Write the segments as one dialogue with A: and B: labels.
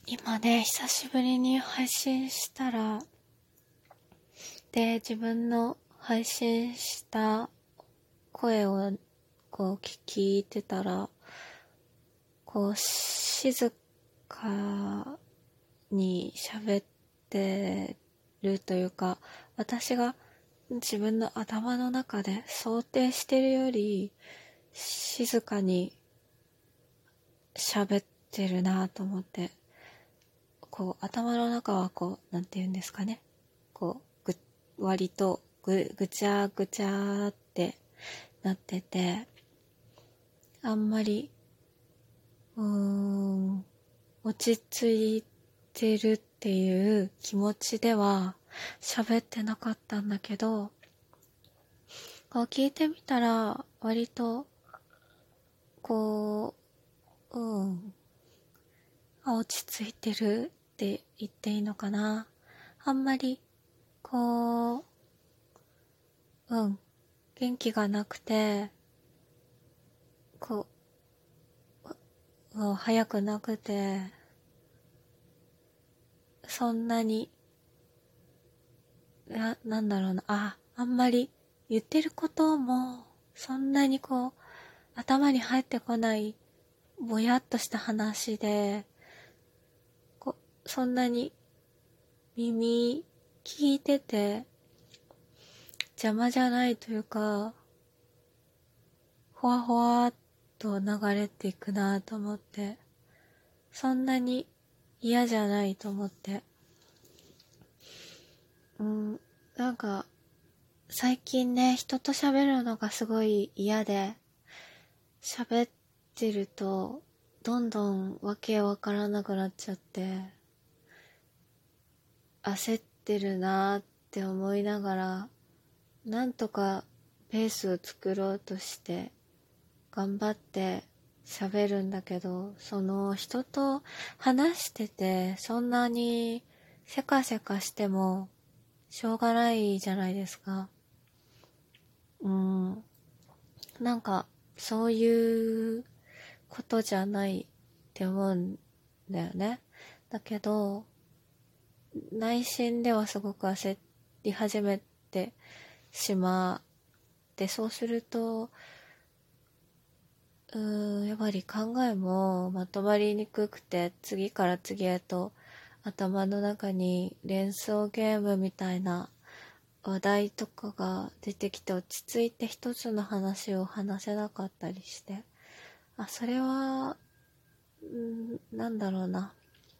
A: 今ね、久しぶりに配信したら、で、自分の配信した声をこう聞いてたら、こう静かに喋ってるというか、私が自分の頭の中で想定してるより静かに喋ってるなと思って、こう頭の中はこうなんて言うんですかね、こう割とぐちゃぐちゃってなってて、あんまり落ち着いてるっていう気持ちでは喋ってなかったんだけど、こう聞いてみたら割とこう落ち着いてるって言っていいのかな。あんまりこう元気がなくて、こ早くなくて、そんなになんだろうな、あんまり言ってることもそんなにこう頭に入ってこないぼやっとした話で、そんなに耳聞いてて邪魔じゃないというか、ほわほわっと流れていくなと思って、そんなに嫌じゃないと思って、なんか最近ね、人と喋るのがすごい嫌で、喋ってるとどんどんわけわからなくなっちゃって、焦ってるなって思いながら、なんとかペースを作ろうとして頑張って喋るんだけど、その人と話しててそんなにせかせかしてもしょうがないじゃないですか。なんかそういうことじゃないって思うんだよね。だけど内心ではすごく焦り始めてしまって、そうするとやっぱり考えもまとまりにくくて、次から次へと頭の中に連想ゲームみたいな話題とかが出てきて、落ち着いて一つの話を話せなかったりして、それはなんだろうな、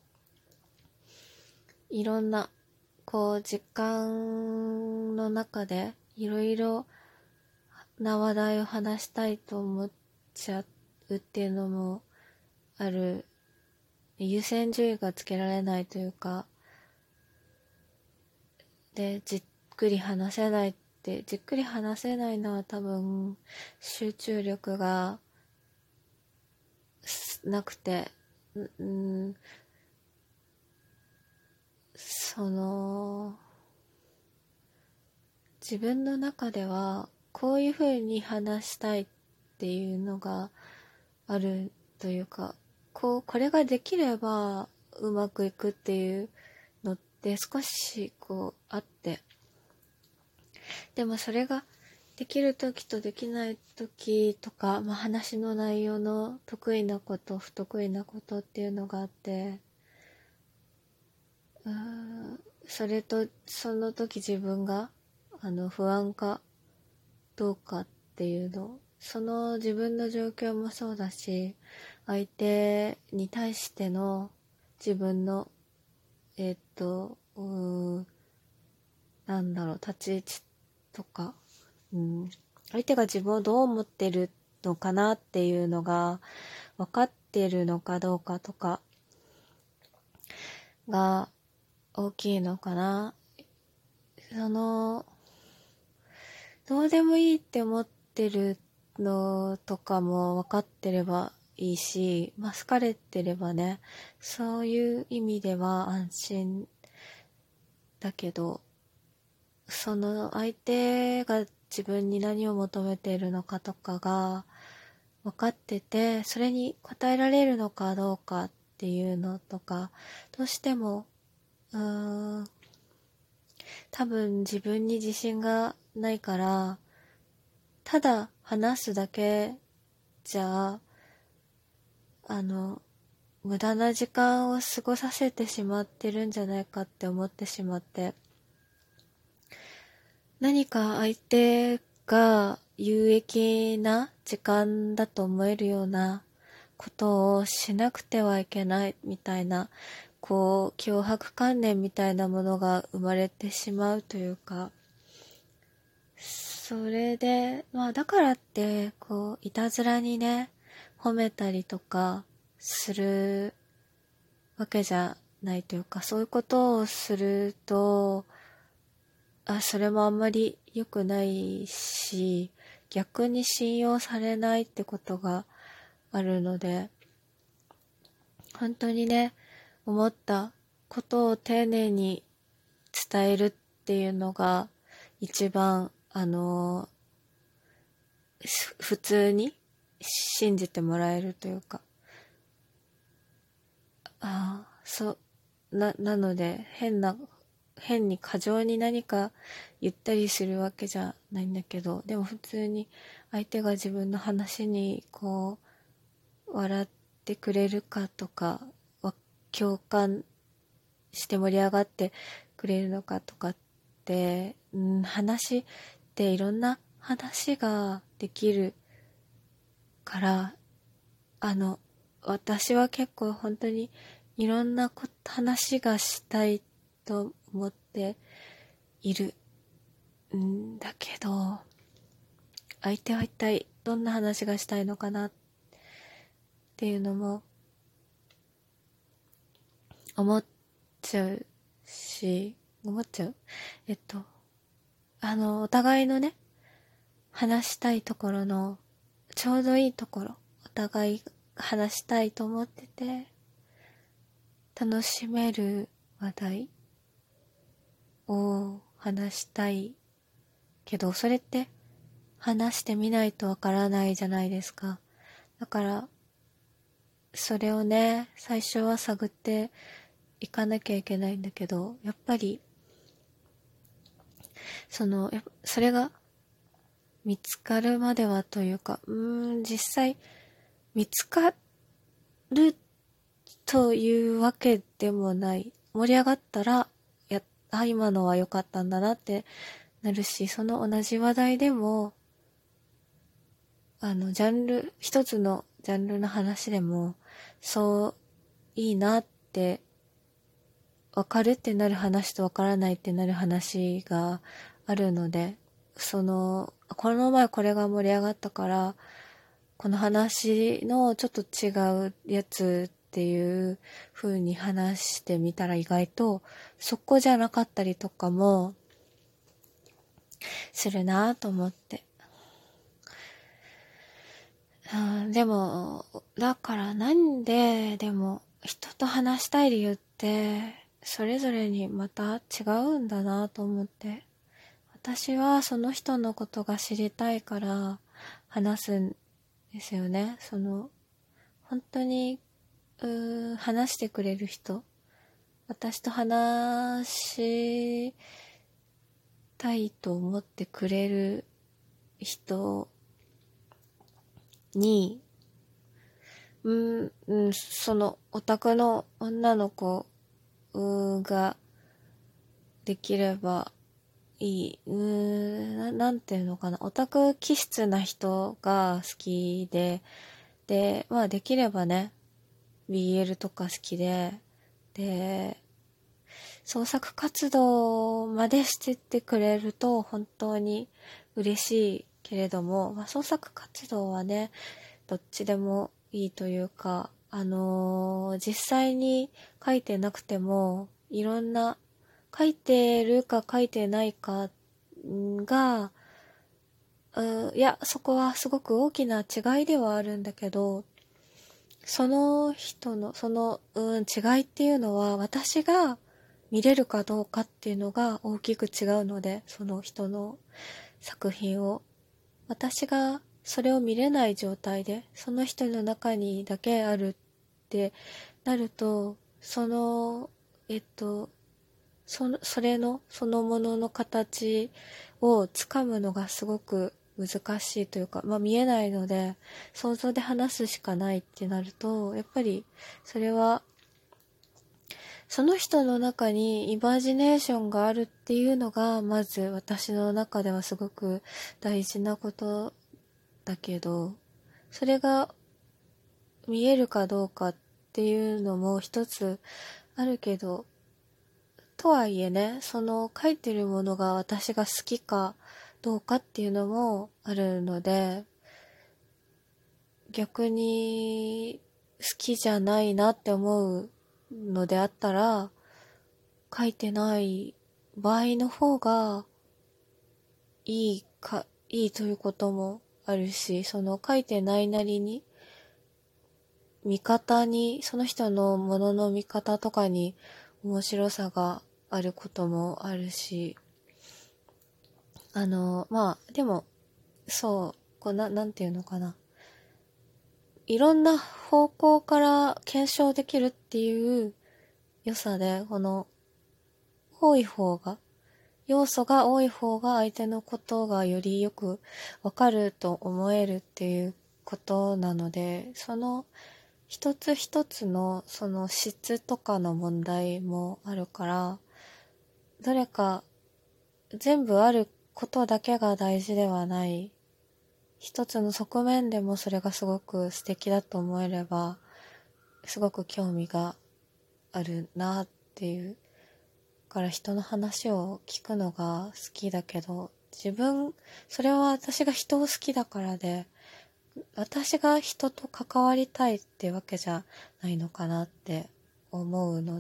A: いろんなこう時間の中でいろいろな話題を話したいと思っちゃうっていうのもある。優先順位がつけられないというか、でじっくり話せないって、じっくり話せないのは多分集中力がなくて、その自分の中ではこういう風に話したいっていうのがあるというか、これができればうまくいくっていうのって少しこうあって、でもそれができる時とできない時とか、話の内容の得意なこと不得意なことっていうのがあって、それとその時自分が不安かどうかっていうの、その自分の状況もそうだし、相手に対しての自分の立ち位置とか、相手が自分をどう思ってるのかなっていうのが分かってるのかどうかとかが大きいのかな。どうでもいいって思ってるのとかも分かってればいいし、好かれてればね、そういう意味では安心だけど、その相手が自分に何を求めているのかとかが分かってて、それに応えられるのかどうかっっていうのとか、どうしても多分自分に自信がないから、ただ話すだけじゃ無駄な時間を過ごさせてしまってるんじゃないかって思ってしまって、何か相手が有益な時間だと思えるようなことをしなくてはいけないみたいな、脅迫観念みたいなものが生まれてしまうというか、それで、だからって、いたずらにね、褒めたりとかするわけじゃないというか、そういうことをすると、それもあんまり良くないし、逆に信用されないってことがあるので、本当にね、思ったことを丁寧に伝えるっていうのが一番、普通に信じてもらえるというか、なので、変に過剰に何か言ったりするわけじゃないんだけど、でも普通に相手が自分の話に笑ってくれるかとか、共感して盛り上がってくれるのかとかって、話っていろんな話ができるから、私は結構本当にいろんな話がしたいと思っているんだけど、相手は一体どんな話がしたいのかなっていうのも思っちゃうし、お互いのね、話したいところのちょうどいいところ、お互い話したいと思ってて楽しめる話題を話したいけど、それって話してみないとわからないじゃないですか。だからそれをね、最初は探っていかなきゃいけないんだけど、やっぱりそれが見つかるまではというか、実際見つかるというわけでもない。盛り上がったら、今のは良かったんだなってなるし、その同じ話題でも、一つのジャンルの話でも、いいなって、わかるってなる話とわからないってなる話があるので、この前これが盛り上がったから、この話のちょっと違うやつっていう風に話してみたら意外とそこじゃなかったりとかもするなと思って。でも、だからでも人と話したい理由ってそれぞれにまた違うんだなと思って。私はその人のことが知りたいから話すんですよね。本当に話してくれる人、私と話したいと思ってくれる人に、そのオタクの女の子ができればいい。なんていうのかな。オタク気質な人が好きで、できればね、BL とか好きで、創作活動までしてってくれると本当に嬉しいけれども、創作活動はね、どっちでもいいというか、実際に書いてなくても、いろんな、書いてるか書いてないかが、いや、そこはすごく大きな違いではあるんだけど、その人の、違いっていうのは、私が見れるかどうかっていうのが大きく違うので、その人の作品を。私がそれを見れない状態で、その人の中にだけあるっってなると、それのそのものの形をつかむのがすごく難しいというか、見えないので想像で話すしかないってなると、やっぱりそれはその人の中にイマジネーションがあるっていうのがまず私の中ではすごく大事なことだけど、それが見えるかどうかっていうのも一つあるけど、とはいえね、その書いてるものが私が好きかどうかっていうのもあるので、逆に好きじゃないなって思うのであったら、書いてない場合の方がいいということもあるし、その書いてないなりにその人のものの見方とかに面白さがあることもあるし、でも、そう、なんていうのかな。いろんな方向から検証できるっていう良さで、多い方が、要素が多い方が相手のことがよりよくわかると思えるっていうことなので、その一つ一つのその質とかの問題もあるから、どれか全部あることだけが大事ではない。一つの側面でもそれがすごく素敵だと思えれば、すごく興味があるなっていう。から人の話を聞くのが好きだけど、それは私が人を好きだからで、私が人と関わりたいってわけじゃないのかなって思うの